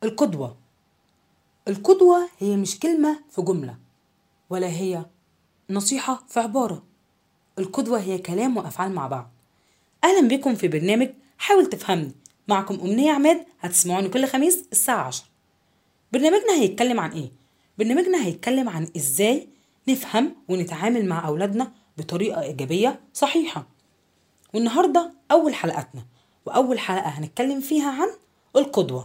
القدوة. القدوة هي مش كلمة في جملة، ولا هي نصيحة في عبارة. القدوة هي كلام وأفعال مع بعض. أهلا بكم في برنامج حاول تفهمني. معكم أمنية عماد، هتسمعوني كل خميس الساعة 10. برنامجنا هيتكلم عن إيه؟ برنامجنا هيتكلم عن إزاي نفهم ونتعامل مع أولادنا بطريقة إيجابية صحيحة. والنهاردة أول حلقتنا، وأول حلقة هنتكلم فيها عن القدوة.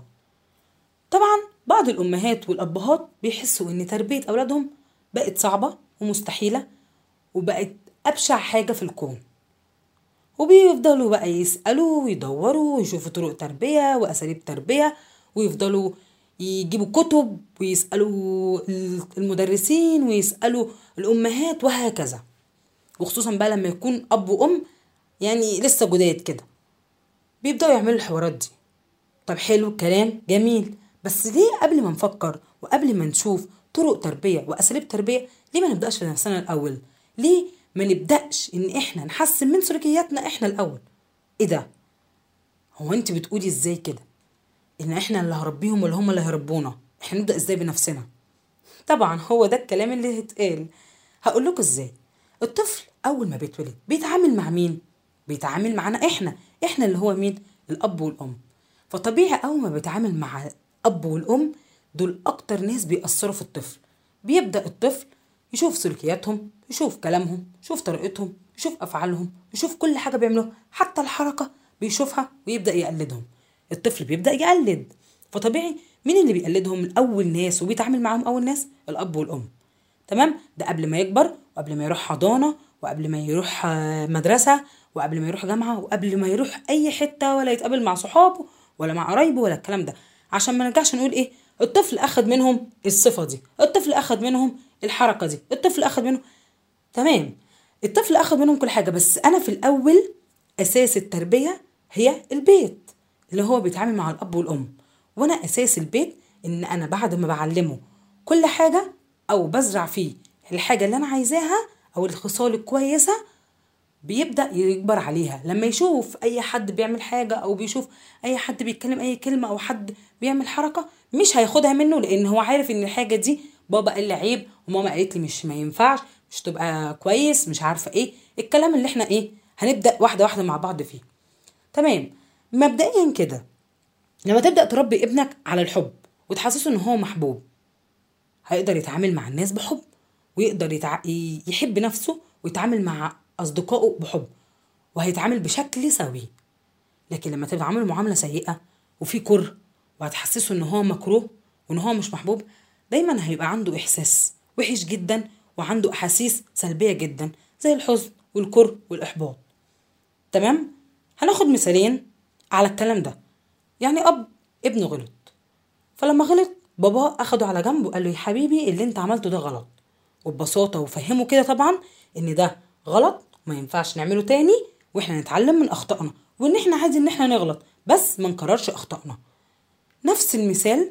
طبعا بعض الأمهات والأبهات بيحسوا إن تربية أولادهم بقت صعبة ومستحيلة، وبقت أبشع حاجة في الكون، وبيفضلوا بقى يسألوا ويدوروا ويشوفوا طرق تربية وأساليب تربية، ويفضلوا يجيبوا كتب ويسألوا المدرسين ويسألوا الأمهات وهكذا. وخصوصا بقى لما يكون أب وأم يعني لسه جداد كده، بيبدأوا يعملوا الحوارات دي. طب حلو، كلام جميل، بس ليه قبل ما نفكر وقبل ما نشوف طرق تربية وأساليب تربية، ليه ما نبدأش في نفسنا الأول؟ ليه ما نبدأش إن إحنا نحسن من سلوكياتنا إحنا الأول؟ إيه ده؟ هو أنت بتقولي إزاي كده؟ إن إحنا اللي هربيهم ولا هم اللي هيربونا؟ إحنا نبدأ إزاي بنفسنا؟ طبعا هو ده الكلام اللي هيتقال. هقول لكم إزاي. الطفل أول ما بيتولد بيتعامل مع مين؟ بيتعامل معنا إحنا اللي هو مين؟ الأب والأم. فطبيعي أول ما بيتعامل مع الأب والأم، دول أكتر ناس بيأثروا في الطفل. بيبدأ الطفل يشوف سلوكياتهم، يشوف كلامهم، يشوف طريقتهم، يشوف أفعالهم، يشوف كل حاجة بيعملوها، حتى الحركة بيشوفها ويبدأ يقلدهم. الطفل بيبدأ يقلد. فطبيعي مين اللي بيقلدهم الأول ناس وبيتعامل معاهم أول ناس؟ الأب والأم. تمام؟ ده قبل ما يكبر، وقبل ما يروح حضانة، وقبل ما يروح مدرسة، وقبل ما يروح جامعة، وقبل ما يروح أي حتة، ولا يتقابل مع صحابه ولا مع قرايبه ولا الكلام ده. عشان ما نرجعش نقول إيه، الطفل أخد منهم الصفة دي، الطفل أخد منهم الحركة دي، الطفل أخد منهم. تمام، الطفل أخد منهم كل حاجة، بس أنا في الأول أساس التربية هي البيت اللي هو بيتعامل مع الأب والأم. وأنا أساس البيت إن أنا بعد ما بعلمه كل حاجة، أو بزرع فيه الحاجة اللي أنا عايزاها أو الخصال الكويسة، بيبدأ يكبر عليها. لما يشوف أي حد بيعمل حاجة، أو بيشوف أي حد بيتكلم أي كلمة، أو حد بيعمل حركة، مش هياخدها منه، لأن هو عارف إن الحاجة دي بابا قال لي عيب، وماما قالت لي مش ما ينفعش، مش تبقى كويس، مش عارفة إيه الكلام اللي إحنا إيه هنبدأ واحدة واحدة مع بعض فيه. تمام. مبدئيا كده، لما تبدأ تربي ابنك على الحب وتحسسه إن هو محبوب، هيقدر يتعامل مع الناس بحب، ويقدر يحب نفسه ويتعامل مع أصدقائه بحب، وهيتعامل بشكل سوي. لكن لما تتعامل معاملة سيئة وفي كره، وهتحسسه إن هو مكروه وإن هو مش محبوب، دايما هيبقى عنده إحساس وحش جدا، وعنده أحاسيس سلبية جدا زي الحزن والكره والإحباط. تمام؟ هناخد مثالين على الكلام ده. يعني أب ابنه غلط، فلما غلط باباه أخده على جنب وقال له يا حبيبي اللي انت عملته ده غلط، وببساطة وفهمه كده طبعا ان ده غلط ما ينفعش نعمله تاني، واحنا نتعلم من اخطائنا، وان احنا عادي ان احنا نغلط، بس ما نكررش اخطائنا. نفس المثال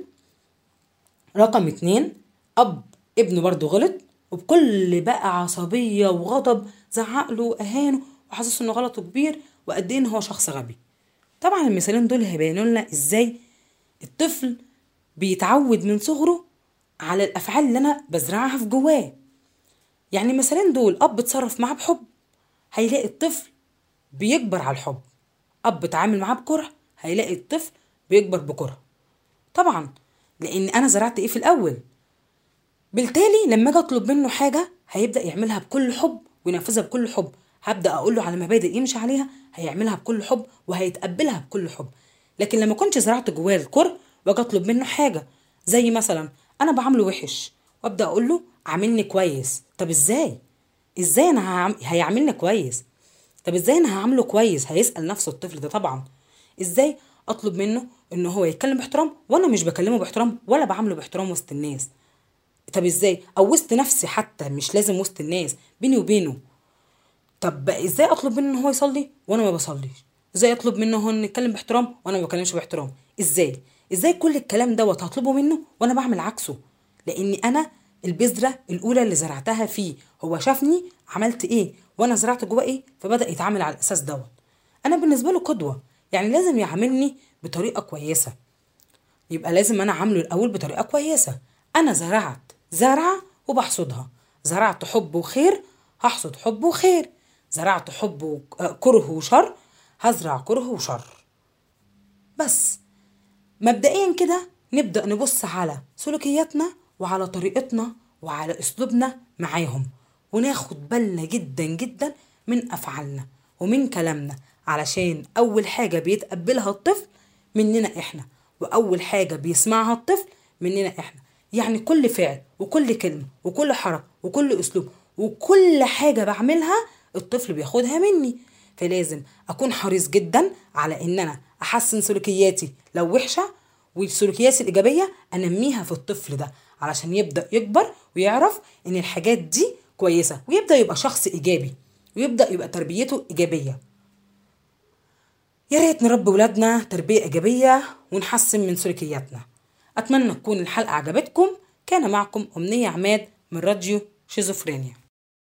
رقم 2، اب ابنه برضو غلط، وبكل بقى عصبية وغضب زعقله واهانه وحسسه انه غلطه كبير وقد ايه ان هو شخص غبي. طبعا المثالين دول هيبينوا لنا ازاي الطفل بيتعود من صغره على الافعال اللي انا بزرعها في جواه. يعني المثالين دول، اب اتصرف معاه بحب، هيلاقي الطفل بيكبر على الحب. اب اتعامل معاه بكره، هيلاقي الطفل بيكبر بكره. طبعا لان انا زرعت ايه في الاول. بالتالي لما اجي اطلب منه حاجه، هيبدا يعملها بكل حب وينفذها بكل حب. هبدا اقول له على مبادئ يمشي عليها، هيعملها بكل حب وهيتقبلها بكل حب. لكن لما كنت زرعت جواه الكره، واجي اطلب منه حاجه زي مثلا انا بعامله وحش، وابدا اقول له عاملني كويس. طب ازاي انا هيعملني كويس؟ طب ازاي انا هعمله كويس؟ هيسأل نفسه الطفل ده طبعا. ازاي اطلب منه ان هو يتكلم باحترام وانا مش بكلمه باحترام ولا بعامله باحترام وسط الناس؟ طب ازاي؟ او وسط نفسي حتى، مش لازم وسط الناس، بيني وبينه. طب ازاي اطلب منه ان هو يصلي وانا ما بصليش؟ ازاي اطلب منه هو نتكلم باحترام وانا ما بكلمش باحترام؟ ازاي كل الكلام دوت هطلبه منه وانا بعمل عكسه؟ لاني انا البذره الاولى اللي زرعتها فيه، هو شافني عملت ايه وانا زرعت جواه ايه، فبدا يتعامل على الاساس دوت. انا بالنسبه له قدوه، يعني لازم يعاملني بطريقه كويسه. يبقى لازم أنا عامله الأول بطريقة كويسة. أنا زرعت زرعة وبحصدها، زرعت حب وخير هحصد حب وخير، زرعت حب وكره وشر هزرع كره وشر. بس مبدئيا كده نبدأ نبص على سلوكياتنا وعلى طريقتنا وعلى أسلوبنا معاهم، وناخد بالنا جدا جدا من أفعالنا ومن كلامنا، علشان أول حاجة بيتقبلها الطفل مننا إحنا، وأول حاجة بيسمعها الطفل مننا إحنا. يعني كل فعل وكل كلمة وكل حركة وكل أسلوب وكل حاجة بعملها الطفل بياخدها مني. فلازم أكون حريص جدا على إن أنا أحسن سلوكياتي لو وحشة، والسلوكيات الإيجابية أنميها في الطفل ده علشان يبدأ يكبر ويعرف إن الحاجات دي كويسة، ويبدأ يبقى شخص إيجابي، ويبدأ يبقى تربيته إيجابية. يا ريت نربي ولادنا تربية إيجابية ونحسن من سلوكياتنا. أتمنى تكون الحلقة عجبتكم. كان معكم أمنية عماد من راديو شيزوفرينيا.